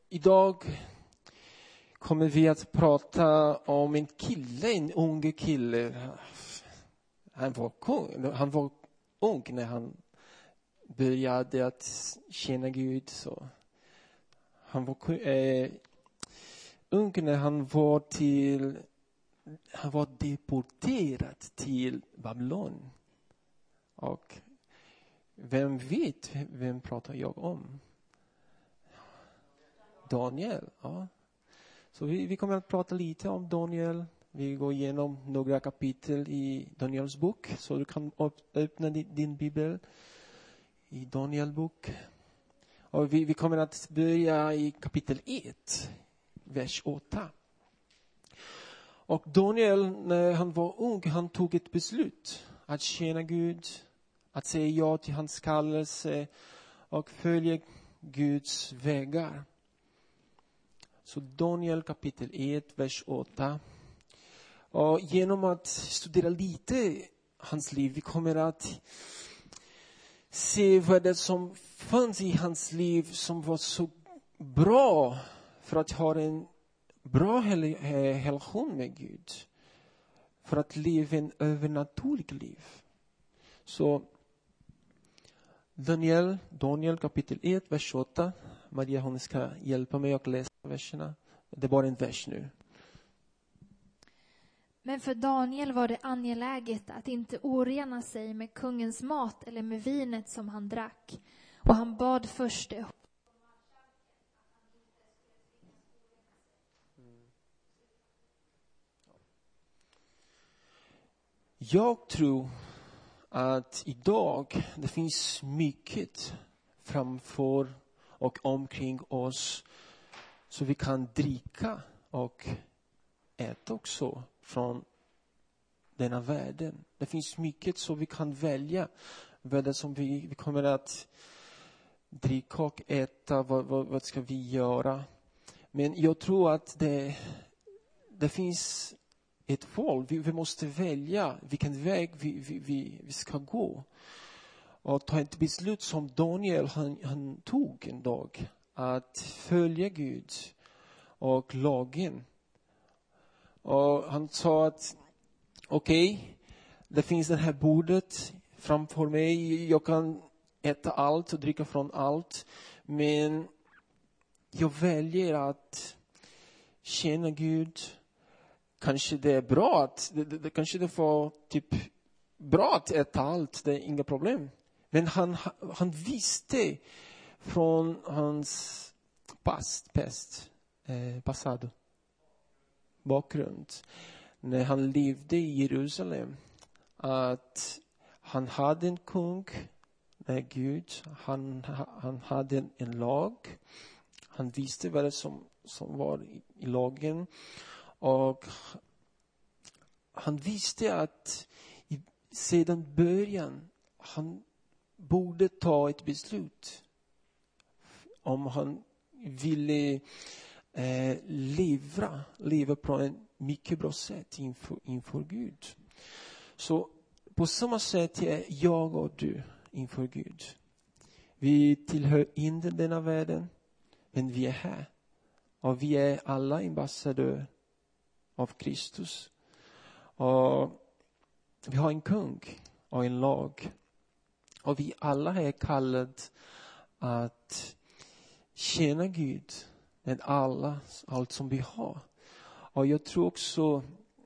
idag kommer vi att prata om en ung kille. Han var ung när han började att känna Gud. Så han var ung när han var deporterad till Babylon. Och vem vet vem pratar jag om? Daniel, ja. Så vi kommer att prata lite om Daniel. Vi går igenom några kapitel i Daniels bok. Så du kan öppna din bibel i Daniels bok. Och vi kommer att börja i kapitel 1, vers 8. Och Daniel, när han var ung, han tog ett beslut att tjäna Gud, att säga ja till hans kallelse och följa Guds vägar. Så Daniel kapitel 1, vers 8. Och genom att studera lite hans liv, vi kommer att se vad det som fanns i hans liv som var så bra för att ha en bra relation med Gud. För att leva en övernaturlig liv. Så Daniel kapitel 1, vers 8. Maria, hon ska hjälpa mig att läsa verserna. Det är bara en vers nu. Men för Daniel var det angeläget att inte orena sig med kungens mat eller med vinet som han drack. Och han bad först det. Jag tror att idag det finns mycket framför och omkring oss så vi kan dricka och äta också från denna världen. Det finns mycket så vi kan välja vad det som vi kommer att dricka och äta, vad ska vi göra. Men jag tror att det finns ett val. Vi måste välja vilken väg vi ska gå. Och ta ett beslut som Daniel han tog en dag. Att följa Gud och lagen. Och han sa att okej, det finns det här bordet framför mig. Jag kan äta allt och dricka från allt. Men jag väljer att tjäna Gud. Kanske det är bra att kanske det var typ bra att äta allt, det är inga problem. Men han visste från hans bakgrund när han levde i Jerusalem att han hade en kung med Gud, han hade en lag, han visste vad det som var i lagen. Och han visste att sedan början han borde ta ett beslut om han ville leva på en mycket bra sätt inför Gud. Så på samma sätt är jag och du inför Gud. Vi tillhör inte denna världen, men vi är här. Och vi är alla ambassadörer av Kristus. Och vi har en kung och en lag. Och vi alla är kallade att tjäna Gud med allt som vi har. Och jag tror också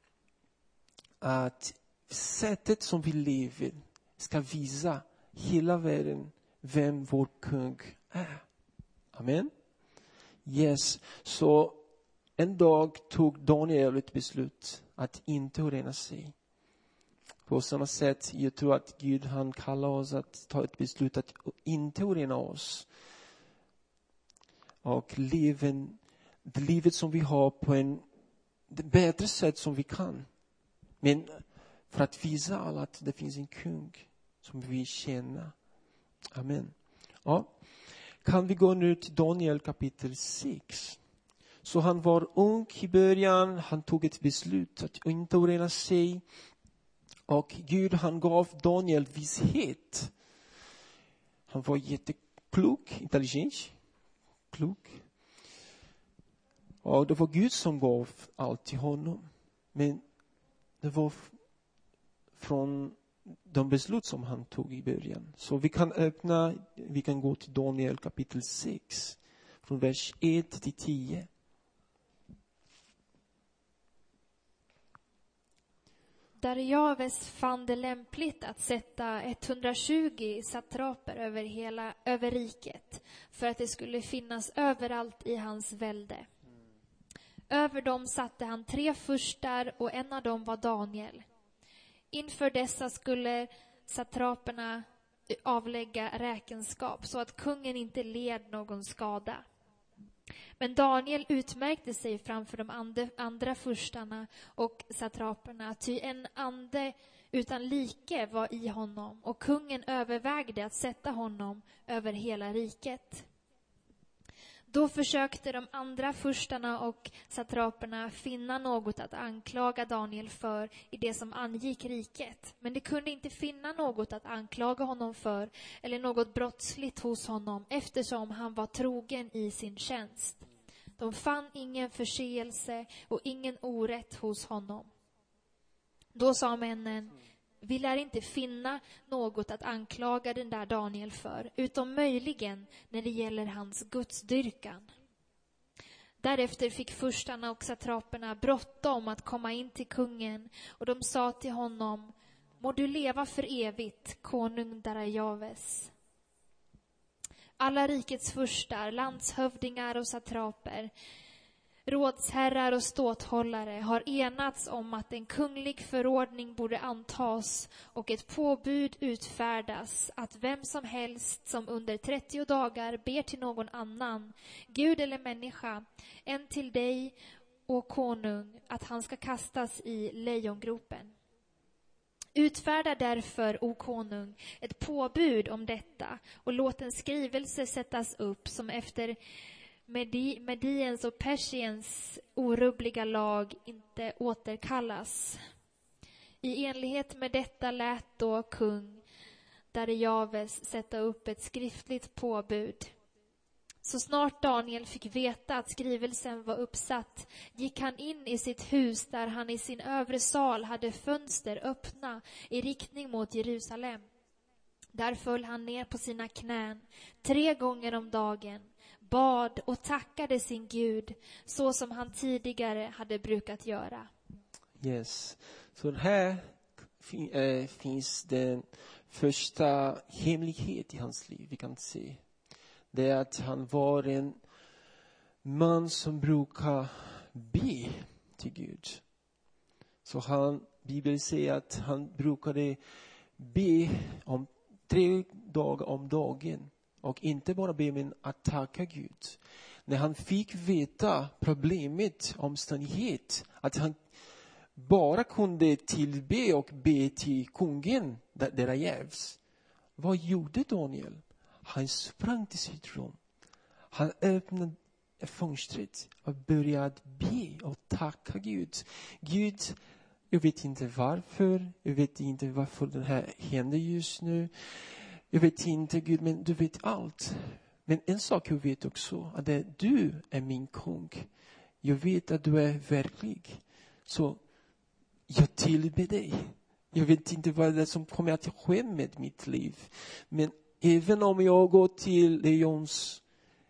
att sättet som vi lever ska visa hela världen vem vår kung är. Amen. Yes, så en dag tog Daniel ett beslut att inte orena sig. På samma sätt, jag tror att Gud han kallar oss att ta ett beslut att inte orena oss. Och livet som vi har på det bättre sätt som vi kan. Men för att visa alla att det finns en kung som vi känner. Amen. Ja. Kan vi gå nu till Daniel kapitel 6. Så han var ung i början. Han tog ett beslut att inte orena sig. Och Gud han gav Daniel vishet. Han var jätteklok, intelligent, klok. Och det var Gud som gav allt till honom. Men det var från de beslut som han tog i början. Så vi kan gå till Daniel kapitel 6. Från vers 1 till 10. Darjaves fann det lämpligt att sätta 120 satraper över riket, för att det skulle finnas överallt i hans välde. Över dem satte han 3 furstar, och en av dem var Daniel. Inför dessa skulle satraperna avlägga räkenskap, så att kungen inte led någon skada. Men Daniel utmärkte sig framför de andra furstarna och satraperna, ty en ande utan like var i honom, och kungen övervägde att sätta honom över hela riket. Då försökte de andra furstarna och satraperna finna något att anklaga Daniel för i det som angick riket. Men de kunde inte finna något att anklaga honom för eller något brottsligt hos honom, eftersom han var trogen i sin tjänst. De fann ingen förseelse och ingen orätt hos honom. Då sa männen: vi lär inte finna något att anklaga den där Daniel för, utom möjligen när det gäller hans gudsdyrkan. Därefter fick furstarna och satraperna bråttom att komma in till kungen, och de sa till honom: må du leva för evigt, konung Darjaves. Alla rikets furstar, landshövdingar och satraper, rådsherrar och ståthållare har enats om att en kunglig förordning borde antas och ett påbud utfärdas att vem som helst som under 30 dagar ber till någon annan, Gud eller människa, än till dig, och konung, att han ska kastas i lejongropen. Utfärda därför, o konung, ett påbud om detta, och låt en skrivelse sättas upp som efter Mediens och Persiens orubbliga lag inte återkallas. I enlighet med detta lät då kung Darjaves sätta upp ett skriftligt påbud. Så snart Daniel fick veta att skrivelsen var uppsatt gick han in i sitt hus, där han i sin övre sal hade fönster öppna i riktning mot Jerusalem. Där föll han ner på sina knän 3 gånger om dagen, bad och tackade sin Gud, så som han tidigare hade brukat göra. Yes. Så här finns den första hemlighet i hans liv, vi kan se. Det är att han var en man som brukar be till Gud. Så Bibeln säger att han brukade be om 3 dagar om dagen. Och inte bara be, men att tacka Gud. När han fick veta problemet, omständighet, att han bara kunde tillbe och be till kungen Darjaves. Vad gjorde Daniel? Han sprang till sitt rum. Han öppnade fönstret och började be och tacka Gud. Gud, jag vet inte varför. Jag vet inte varför det här händer just nu. Jag vet inte, Gud, men du vet allt. Men en sak jag vet också, att du är min kung. Jag vet att du är verklig. Så jag tillber dig. Jag vet inte vad det är som kommer att ske med mitt liv. Men även om jag går till lejons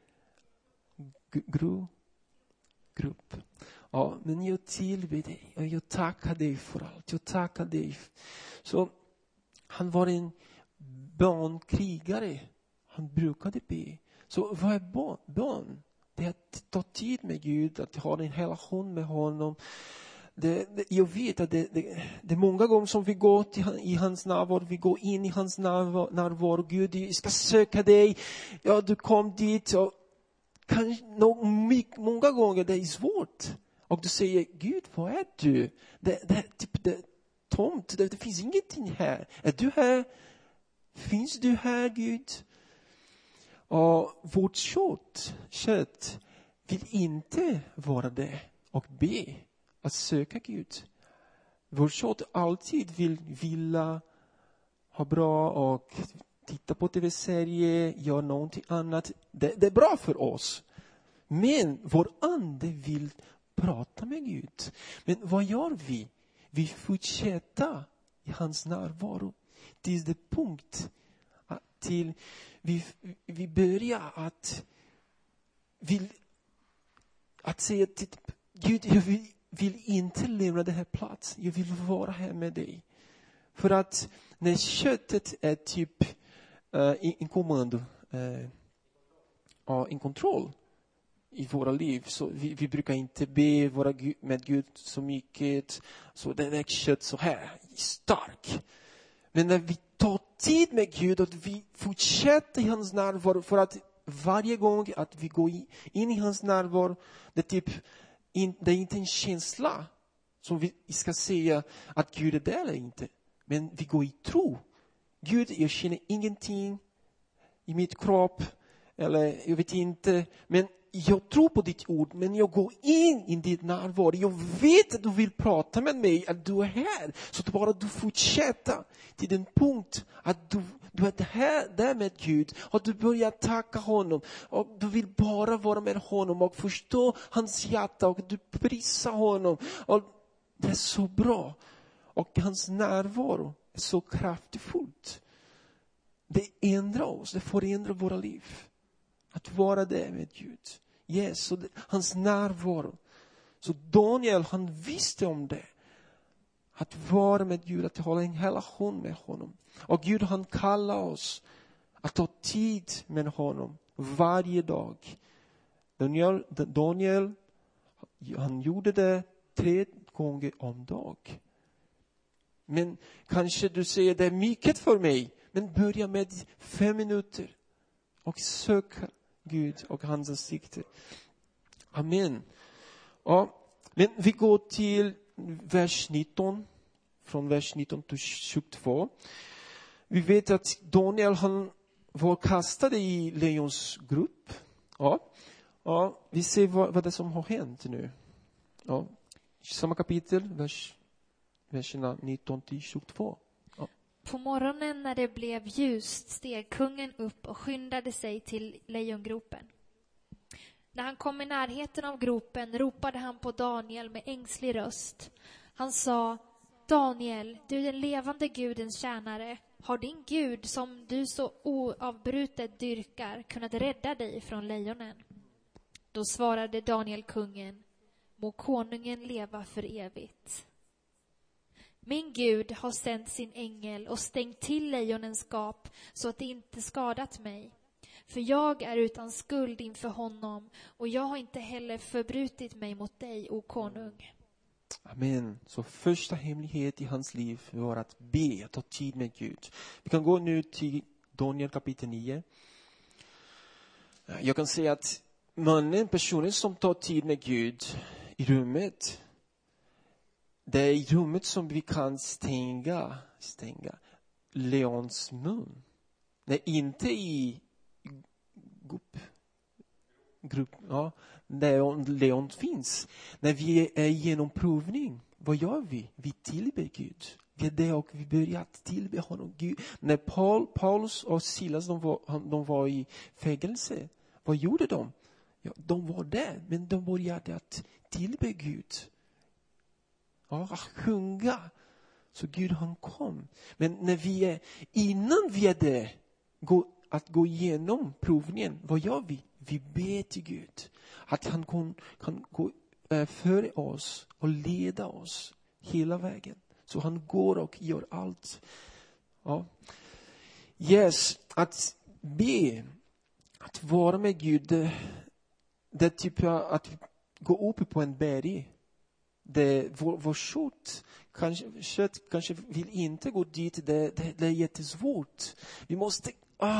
grupp. Ja, men jag tillber dig. Och jag tackar dig för allt. Jag tackar dig. Så han var en bönkrigare. Han brukade be. Så vad är bön? Det är att ta tid med Gud. Att ha en relation med honom. Jag vet att det är många gånger som vi går i hans närvaro. Vi går in i hans närvaro. Gud, jag ska söka dig. Ja, du kom dit. Och många gånger det är svårt. Och du säger, Gud, vad är du? Det är tomt. Det finns ingenting här. Är du här? Finns du här, Gud? Och vårt kött vill inte vara det och be. Att söka Gud. Vårt kött alltid vilja ha bra och titta på tv-serier, göra någonting annat. Det är bra för oss. Men vår ande vill prata med Gud. Men vad gör vi? Vi fortsätter i hans närvaro. Tills det punkt till vi börjar att säga till Gud, jag vill inte lämna den här platsen. Jag vill vara här med dig. För att när köttet är typ en kommando, en kontroll i våra liv, så vi brukar inte be med Gud så mycket. Så den är kött så här, stark. Men när vi tar tid med Gud och vi fortsätter i hans närvaro, för att varje gång att vi går in i hans närvaro, det är inte en känsla som vi ska säga att Gud är där eller inte. Men vi går i tro. Gud, jag känner ingenting i mitt kropp, eller jag vet inte, men jag tror på ditt ord, men jag går in i ditt närvaro. Jag vet att du vill prata med mig, att du är här. Så bara du fortsätter till den punkt att du är här där med Gud. Och du börjar tacka honom. Och du vill bara vara med honom och förstå hans hjärta. Och du prisar honom. Och det är så bra. Och hans närvaro är så kraftfullt. Det ändrar oss, det förändrar våra liv. Att vara där med Gud. Yes, hans närvaro. Så Daniel, han visste om det. Att vara med Gud, att hålla en relation med honom. Och Gud, han kallar oss att ta tid med honom varje dag. Daniel, han gjorde det 3 gånger om dag. Men kanske du säger, det är mycket för mig. Men börja med 5 minuter. Och söka Gud och hans ansikte. Amen. Men vi går till vers 19. Från vers 19 till 22. Vi vet att Daniel, han var kastad i lejons grupp. Vi ser vad det som har hänt nu. Samma kapitel, verserna 19 till 22. På morgonen när det blev ljust steg kungen upp och skyndade sig till lejongropen. När han kom i närheten av gropen ropade han på Daniel med ängslig röst. Han sa: Daniel, du är den levande Gudens tjänare. Har din Gud, som du så oavbrutet dyrkar, kunnat rädda dig från lejonen? Då svarade Daniel kungen: må konungen leva för evigt. Min Gud har sänt sin ängel och stängt till lejonens gap så att det inte skadat mig. För jag är utan skuld inför honom och jag har inte heller förbrutit mig mot dig, o konung. Amen. Så första hemlighet i hans liv var att be, att ta tid med Gud. Vi kan gå nu till Daniel kapitel 9. Jag kan säga att personen som tar tid med Gud i rummet, det är i rummet som vi kan stänga leons mun. Det är inte i grupp, där leon finns. När vi är genom provning, vad gör vi? Vi tillber Gud. Vi är där och vi börjar tillbe honom. Gud. När Paulus och Silas de var i fängelse, vad gjorde de? Ja, de var där, men de började att tillbe Gud. Att sjunga. Så Gud, han kom. Men när innan vi är där, att gå igenom provningen, vad gör vi? Vi ber till Gud. Att han kan gå före oss och leda oss hela vägen. Så han går och gör allt. Yes, att be, att vara med Gud, det är typ att gå upp på en berg. Vår kött kanske vill inte gå dit. Det är jättesvårt. Vi måste...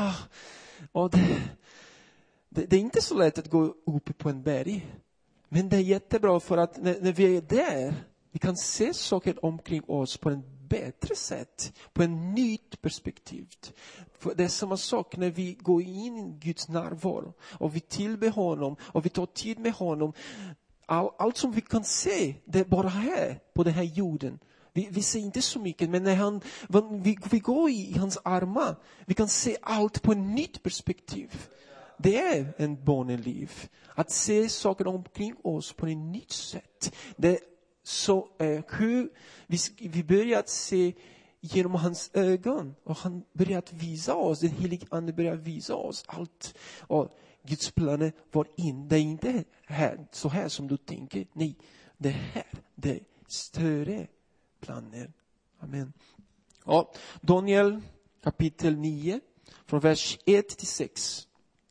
Det är inte så lätt att gå upp på en berg. Men det är jättebra för att när vi är där, vi kan se saker omkring oss på en bättre sätt. På en nytt perspektiv. För det är samma sak när vi går in i Guds närvaro. Och vi tillber honom. Och vi tar tid med honom. Allt som vi kan se, det är bara här, på den här jorden. Vi ser inte så mycket, men när vi går i hans armar, vi kan se allt på ett nytt perspektiv. Det är en böneliv. Att se saker omkring oss på ett nytt sätt. Det är så hur vi börjar att se genom hans ögon. Och han börjar att visa oss, den helige ande börjar visa oss allt. Och Guds planer var det är inte här, så här som du tänker. Nej, det är här. Det är större planer. Amen. Ja, Daniel kapitel 9 från vers 1 till 6.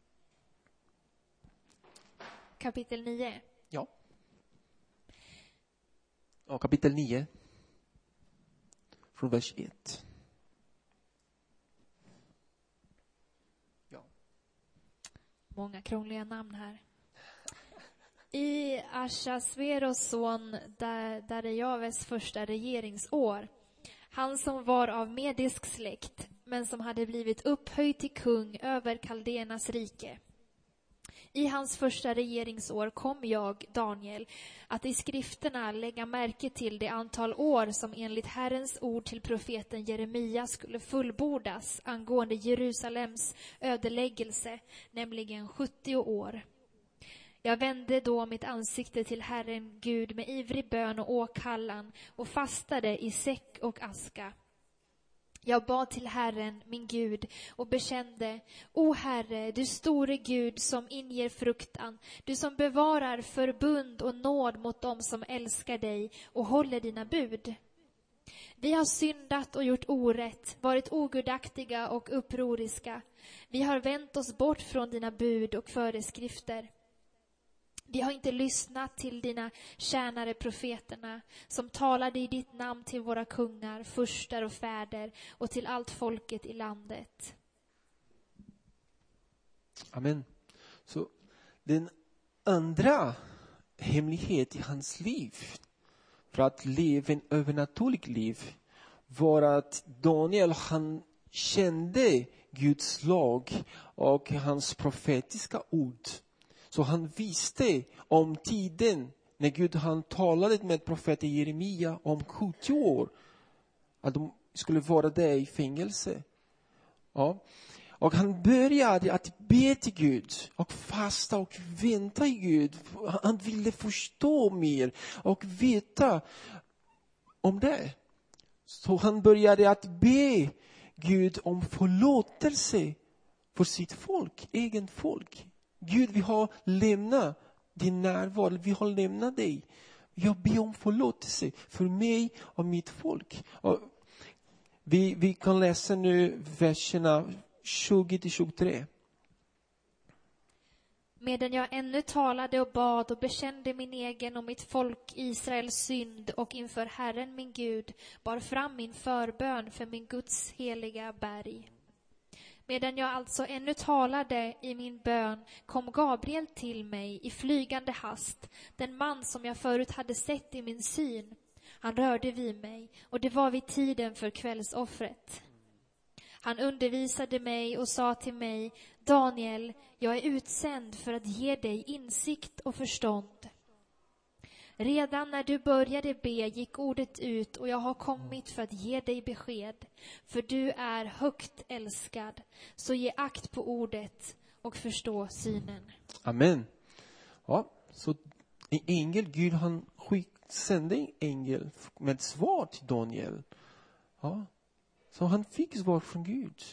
Kapitel 9. Ja. Ja, kapitel 9 från vers 1. Ja. Många krångliga namn här. I Ashasveros son Darejaves första regeringsår, han som var av medisk släkt, men som hade blivit upphöjd till kung över Kaldenas rike. I hans första regeringsår kom jag, Daniel, att i skrifterna lägga märke till det antal år som enligt Herrens ord till profeten Jeremia skulle fullbordas angående Jerusalems ödeläggelse, nämligen 70 år. Jag vände då mitt ansikte till Herren Gud med ivrig bön och åkallan och fastade i säck och aska. Jag bad till Herren, min Gud, och bekände: O Herre, du store Gud som inger fruktan, du som bevarar förbund och nåd mot dem som älskar dig och håller dina bud. Vi har syndat och gjort orätt, varit ogudaktiga och upproriska. Vi har vänt oss bort från dina bud och föreskrifter. Vi har inte lyssnat till dina tjänare profeterna som talade i ditt namn till våra kungar, furstar och fäder och till allt folket i landet. Amen. Så den andra hemlighet i hans liv för att leva en övernaturlig liv var att Daniel, han kände Guds lag och hans profetiska ord. Så han visste om tiden när Gud han talade med profeten Jeremia om 70 år. Att de skulle vara där i fängelse. Ja. Och han började att be till Gud och fasta och vänta i Gud. Han ville förstå mer och veta om det. Så han började att be Gud om förlåtelse för sitt folk, egen folk. Gud, vi har lämnat din närvaro, vi har lämnat dig. Jag ber om förlåtelse för mig och mitt folk. Och vi kan läsa nu verserna 20-23. Medan jag ännu talade och bad och bekände min egen och mitt folk Israels synd och inför Herren min Gud bar fram min förbön för min Guds heliga berg. Medan jag alltså ännu talade i min bön kom Gabriel till mig i flygande hast, den man som jag förut hade sett i min syn. Han rörde vid mig, och det var vid tiden för kvällsoffret. Han undervisade mig och sa till mig: Daniel, jag är utsänd för att ge dig insikt och förstånd. Redan när du började be gick ordet ut, och jag har kommit för att ge dig besked. För du är högt älskad, så ge akt på ordet och förstå synen. Amen. Ja, så en ängel, Gud han sände en ängel med svar till Daniel. Ja, så han fick svar från Gud.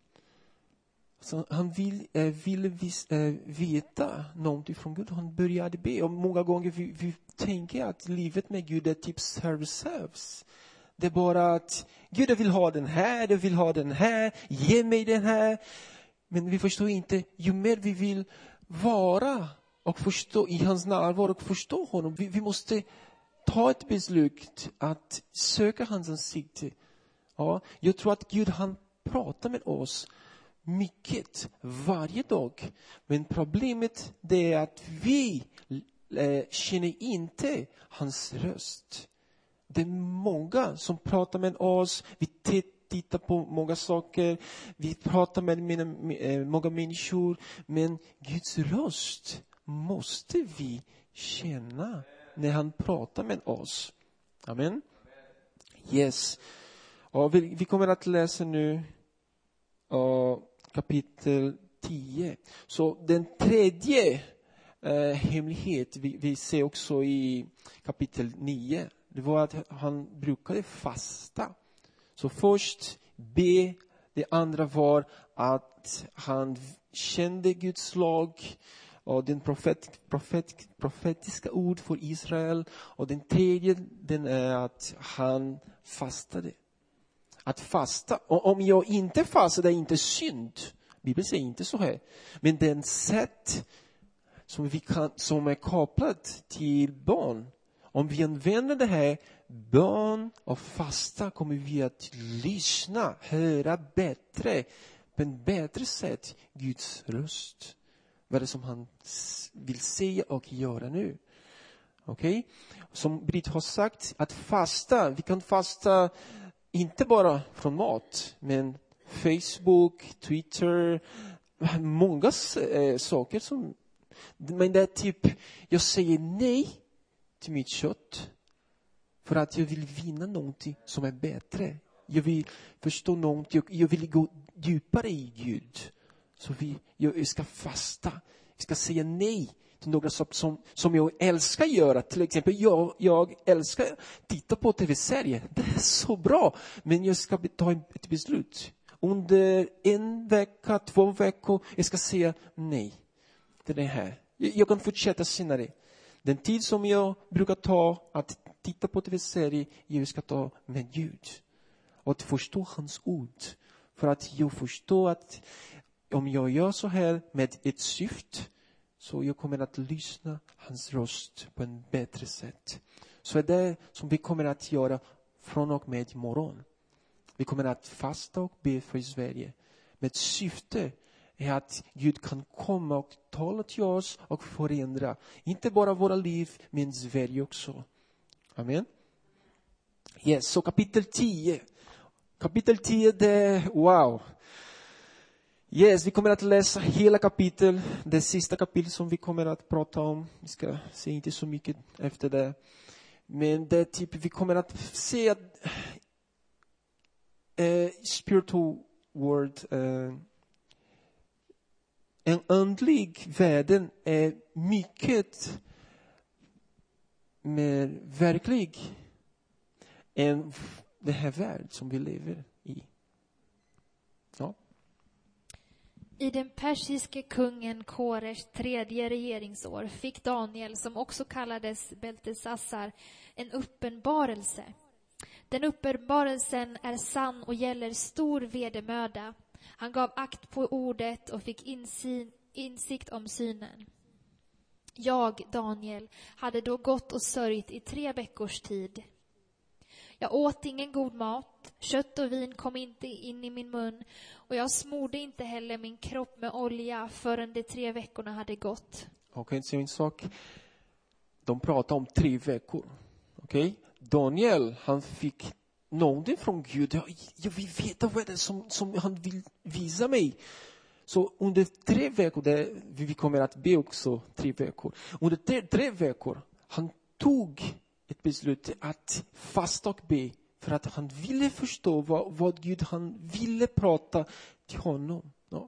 Så han ville veta någonting från Gud. Han började be. Och många gånger vi tänker att livet med Gud är typ service. Det är bara att Gud, jag vill ha den här, jag vill ha den här, ge mig den här. Men vi förstår inte, ju mer vi vill vara och förstå i hans närvaro och förstå honom. Vi måste ta ett beslut att söka hans ansikte. Ja, jag tror att Gud han pratar med oss mycket varje dag. Men problemet det är att vi känner inte hans röst. Det är många som pratar med oss. Vi tittar på många saker. Vi pratar med många människor. Men Guds röst måste vi känna när han pratar med oss. Amen. Yes. Och vi kommer att läsa nu kapitel 10. Så den tredje hemlighet vi ser också i kapitel 9. Det var att han brukade fasta. Så först be, det andra var att han kände Guds lag och den profetiska ord för Israel. Och den tredje, den är att han fastade. Att fasta. Och om jag inte fastar, det är inte synd. Bibeln säger inte så här. Men den sätt som är kopplat till bön. Om vi använder det här bön och fasta, kommer vi att lyssna, höra bättre, på en bättre sätt Guds röst. Vad är det som han vill säga och göra nu? Okej? Som Britt har sagt, att fasta, vi kan fasta inte bara från mat, men Facebook, Twitter, många saker som, men det är typ, jag säger nej till mitt kött för att jag vill vinna någonting som är bättre. Jag vill förstå någonting, jag vill gå djupare i Gud. Så jag ska fasta, jag ska säga nej till några saker som jag älskar göra. Till exempel, jag älskar titta på tv-serier. Det är så bra. Men jag ska ta ett beslut. Under 1 vecka, 2 veckor, jag ska säga nej till det här. Jag kan fortsätta senare. Den tid som jag brukar ta att titta på tv-serier, jag ska ta med Gud. Och att förstå hans ord. För att jag förstår att om jag gör så här med ett syfte, så jag kommer att lyssna hans röst på en bättre sätt. Så är det som vi kommer att göra från och med imorgon. Vi kommer att fasta och be för Sverige. Med syfte är att Gud kan komma och tala till oss och förändra. Inte bara våra liv, men Sverige också. Amen. Yes, så kapitel 10. Kapitel 10, det är wow. Yes, vi kommer att läsa hela kapitel. Det sista kapitel som vi kommer att prata om. Vi ska se inte så mycket efter det. Men det är typ, vi kommer att se att spiritual world, en andlig världen är mycket mer verklig än den här världen som vi lever i. Ja. I den persiske kungen Kores 3:e regeringsår fick Daniel, som också kallades Beltesassar, en uppenbarelse. Den uppenbarelsen är sann och gäller stor vedermöda. Han gav akt på ordet och fick insikt om synen. Jag, Daniel, hade då gått och sörjt i 3 veckors tid. Jag åt ingen god mat, kött och vin kom inte in i min mun och jag smorde inte heller min kropp med olja förrän de 3 veckorna hade gått. Okej, så en sak. De pratar om 3 veckor. Okej? Daniel, han fick någonting från Gud. Jag vill veta vad det är som han vill visa mig. Så under 3 veckor, vi kommer att be också 3 veckor. Under 3 veckor, han tog ett beslut att fasta och be. För att han ville förstå vad Gud han ville prata till honom. Ja.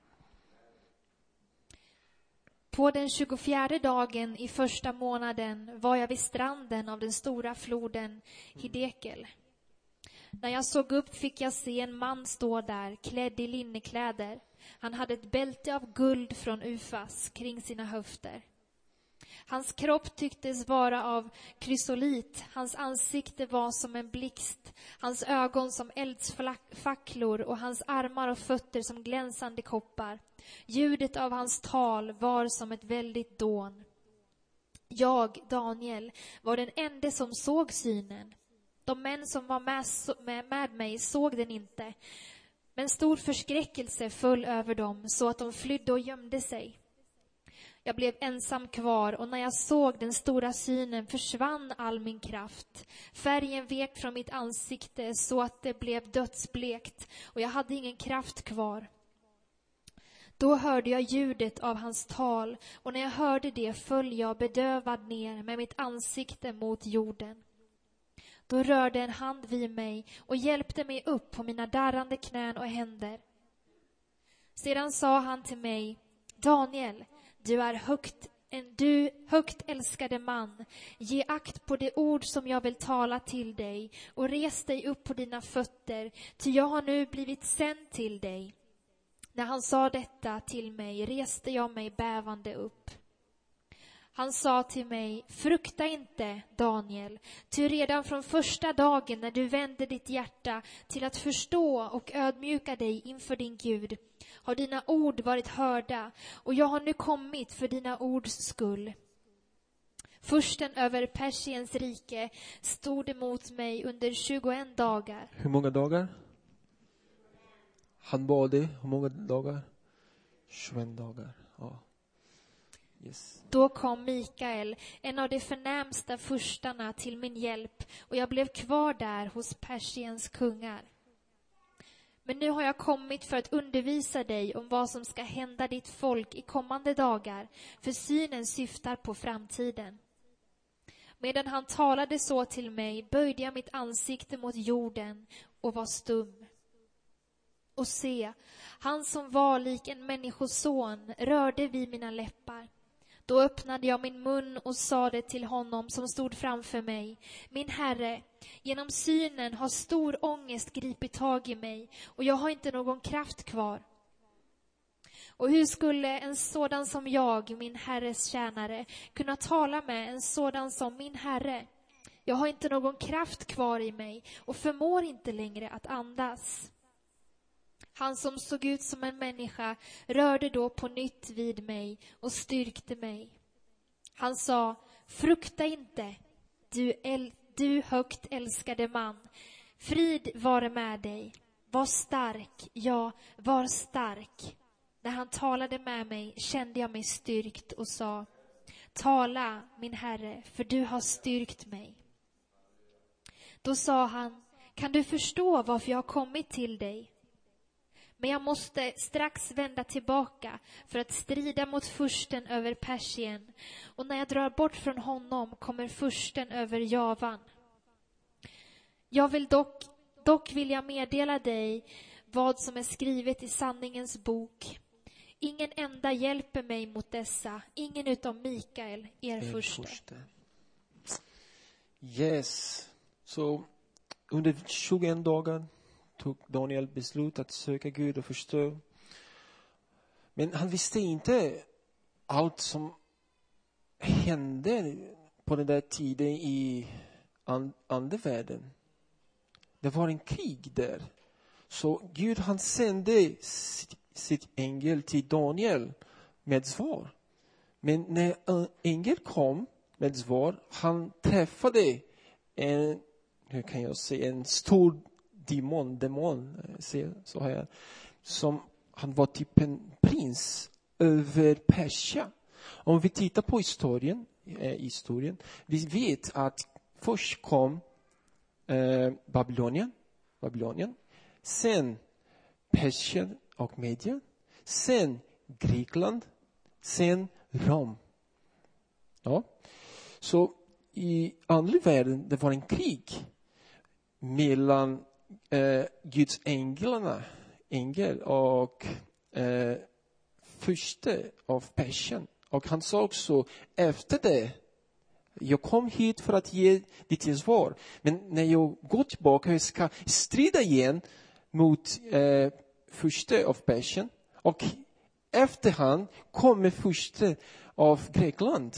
På den 24:e dagen i första månaden var jag vid stranden av den stora floden Hidekel. När jag såg upp fick jag se en man stå där, klädd i linnekläder. Han hade ett bälte av guld från Ufas kring sina höfter. Hans kropp tycktes vara av krysolit, hans ansikte var som en blixt, hans ögon som eldsfacklor och hans armar och fötter som glänsande koppar. Ljudet av hans tal var som ett väldigt dån. Jag, Daniel, var den enda som såg synen. De män som var med mig såg den inte, men stor förskräckelse föll över dem så att de flydde och gömde sig. Jag blev ensam kvar och när jag såg den stora synen försvann all min kraft. Färgen vek från mitt ansikte så att det blev dödsblekt och jag hade ingen kraft kvar. Då hörde jag ljudet av hans tal och när jag hörde det föll jag bedövad ner med mitt ansikte mot jorden. Då rörde en hand vid mig och hjälpte mig upp på mina darrande knän och händer. Sedan sa han till mig: Daniel, du är högt älskade man. Ge akt på det ord som jag vill tala till dig och res dig upp på dina fötter, ty jag har nu blivit sänd till dig. När han sa detta till mig reste jag mig bävande upp. Han sa till mig: frukta inte, Daniel, ty redan från första dagen när du vände ditt hjärta till att förstå och ödmjuka dig inför din Gud har dina ord varit hörda, och jag har nu kommit för dina ords skull. Fursten över Persiens rike stod emot mig under 21 dagar. Hur många dagar? Han bad det. Hur många dagar? 21 dagar. Ja. Yes. Då kom Mikael, en av de förnämsta furstarna, till min hjälp, och jag blev kvar där hos Persiens kungar. Men nu har jag kommit för att undervisa dig om vad som ska hända ditt folk i kommande dagar, för synen syftar på framtiden. Medan han talade så till mig böjde jag mitt ansikte mot jorden och var stum. Och se, han som var lik en människoson rörde vid mina läppar. Då öppnade jag min mun och sade till honom som stod framför mig: min herre, genom synen har stor ångest gripit tag i mig, och jag har inte någon kraft kvar. Och hur skulle en sådan som jag, min herres tjänare, kunna tala med en sådan som min herre? Jag har inte någon kraft kvar i mig och förmår inte längre att andas. Han som såg ut som en människa rörde då på nytt vid mig och styrkte mig. Han sa: frukta inte, du högt älskade man. Frid vare med dig. Var stark, ja, var stark. När han talade med mig kände jag mig styrkt och sa: tala, min herre, för du har styrkt mig. Då sa han: kan du förstå varför jag har kommit till dig? Men jag måste strax vända tillbaka för att strida mot fursten över Persien. Och när jag drar bort från honom kommer fursten över Javan. Jag vill dock vill jag meddela dig vad som är skrivet i sanningens bok. Ingen enda hjälper mig mot dessa, ingen utom Mikael, er furste. Yes. Så under 21 dagar tog Daniel beslut att söka Gud och förstå. Men han visste inte allt som hände på den där tiden i andevärlden. Det var en krig där. Så Gud, han sände sitt ängel till Daniel med svar. Men när ängeln kom med svar, han träffade en stor demon, så här, som han var typ en prins över Persia. Om vi tittar på historien, vi vet att först kom Babylonien, sen Persien och Medien, sen Grekland, sen Rom. Ja. Så i andlig världen, det var en krig mellan Guds ängel och furste av Persien. Och han sa också efter det: jag kom hit för att ge ditt svar. Men när jag går tillbaka, jag ska strida igen mot furste av Persien. Och efterhand kommer furste av Grekland.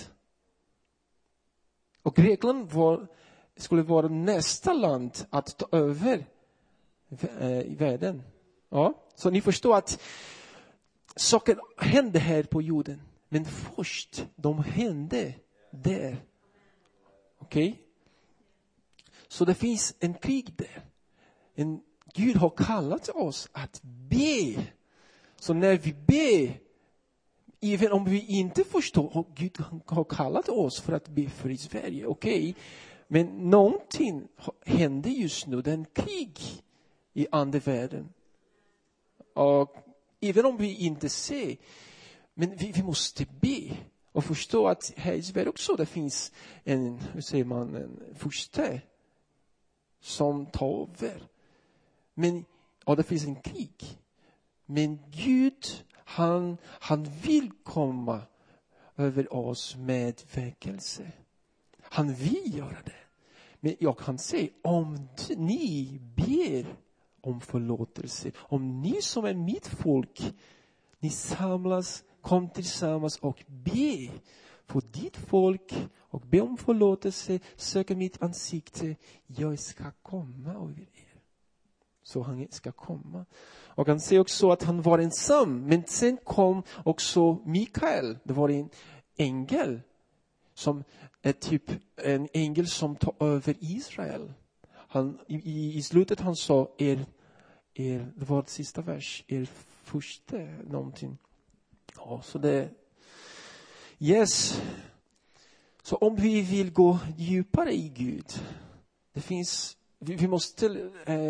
Och Grekland skulle vara nästa land att ta över i världen. Ja, så ni förstår att saker hände här på jorden. Men först, de hände där. Okej? Så det finns en krig där. Gud har kallat oss att be. Så när vi ber, även om vi inte förstår, Gud har kallat oss för att be för i Sverige. Okej? Men någonting händer just nu. Det är en krig i andevärlden. Och även om vi inte ser, men vi måste be och förstå att här i Sverige också det finns en furste som tar över. Men det finns en krig. Men Gud, han vill komma över oss med väckelse. Han vill göra det. Men jag kan säga, om ni ber om förlåtelse, om ni som är mitt folk, ni samlas, kom tillsammans och be för ditt folk och be om förlåtelse, söka mitt ansikte, jag ska komma över er. Så han ska komma. Och han säger också att han var ensam, men sen kom också Mikael, det var en ängel som är typ en ängel som tar över Israel. Han, i slutet han sa det var det sista vers, första någonting. Ja, så det yes. Så om vi vill gå djupare i Gud, det finns, vi måste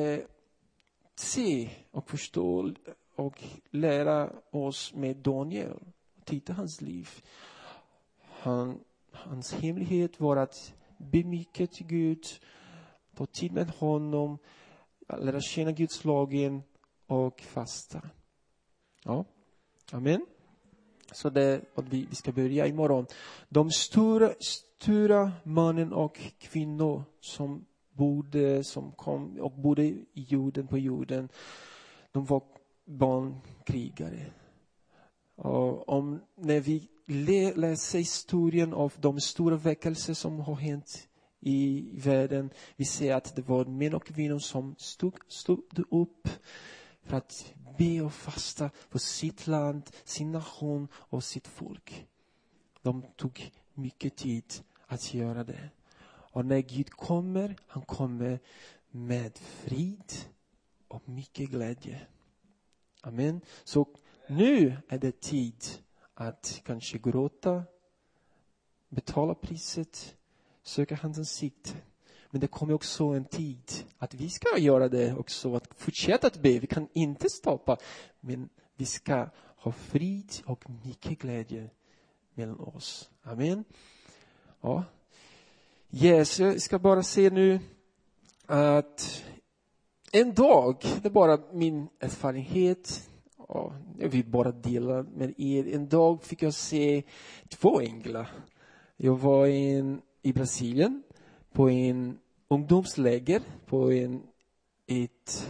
se och förstå och lära oss med Daniel. Titta hans liv. Hans hemlighet var att be mycket till Gud, ta tid med honom, lära känna Guds lagen och fasta. Ja, amen. Så det, och vi ska börja imorgon. De stora männen och kvinnor som kom och bodde på jorden, de var barnkrigare. Och när vi läser historien av de stora väckelser som har hänt i världen, vi ser att det var män och kvinnor som stod upp för att be och fasta för sitt land, sin nation och sitt folk. De tog mycket tid att göra det. Och när Gud kommer, han kommer med frid och mycket glädje. Amen. Så nu är det tid att kanske gråta, betala priset, söka hans ansikte. Men det kommer också en tid att vi ska göra det också, att fortsätta att be. Vi kan inte stoppa, men vi ska ha frid och mycket glädje mellan oss. Amen. Ja. Yes, jag ska bara se nu att en dag, det är bara min erfarenhet, jag vill bara dela med er. En dag fick jag se 2 änglar. Jag var i Brasilien på en ungdomsläger på ett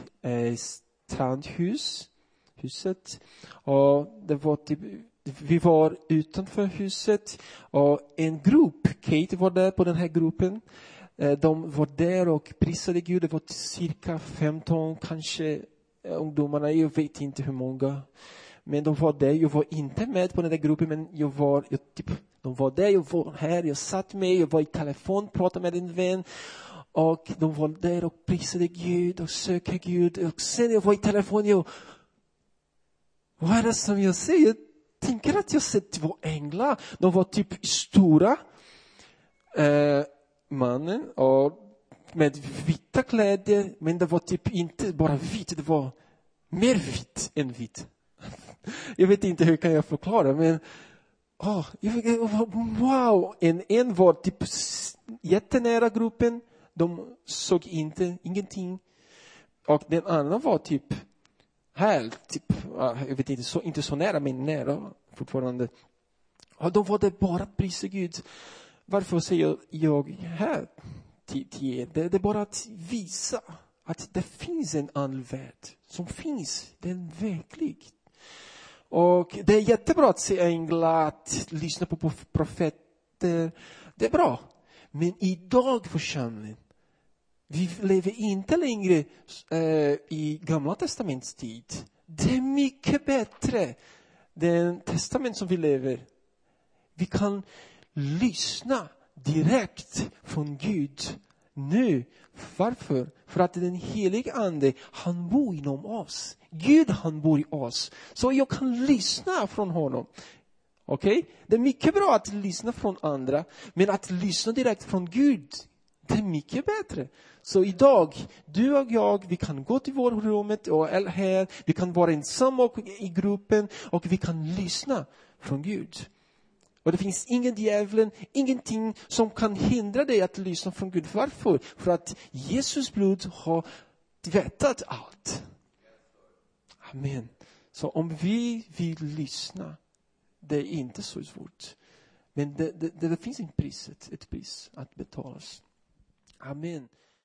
strandhuset. Och det var typ, vi var utanför huset och en grupp, Kate var där på den här gruppen. De var där och prisade Gud. Det var cirka 15 kanske ungdomarna, jag vet inte hur många. Men de var där, jag var inte med på den där gruppen, men de var där, jag var här, jag satt med, jag var i telefon, pratade med en vän. Och de var där och prisade Gud och sökte Gud. Och sen jag var i telefon, vad är det som jag ser? Jag tänker att jag sett 2 änglar. De var typ stora mannen och med vita kläder, men det var typ inte bara vitt, det var mer vitt än vitt. Jag vet inte hur kan jag förklara, men wow, en var typ jättenära gruppen, de såg ingenting, och den andra var typ här, typ, jag vet inte, inte så nära, men nära fortfarande. Och de var där bara prisa Gud. Varför säger jag här till er? Det är bara att visa att det finns en annan värld som finns. Det är verklig. Och det är jättebra att se änglar, att lyssna på profeter. Det är bra. Men idag församlingen, vi lever inte längre i Gamla testamentets tid. Det är mycket bättre. Den testament som vi lever. Vi kan lyssna direkt från Gud nu. Varför? För att den helige ande, han bor inom oss. Gud, han bor i oss. Så jag kan lyssna från honom. Okej? Det är mycket bra att lyssna från andra. Men att lyssna direkt från Gud, det är mycket bättre. Så idag, du och jag, vi kan gå till vårt rummet och här. Vi kan vara ensamma i gruppen och vi kan lyssna från Gud. Och det finns ingen djävulen, ingenting som kan hindra dig att lyssna från Gud. Varför? För att Jesus blod har tvättat allt. Amen. Så om vi vill lyssna, det är inte så svårt. Men det finns ett pris att betala. Amen.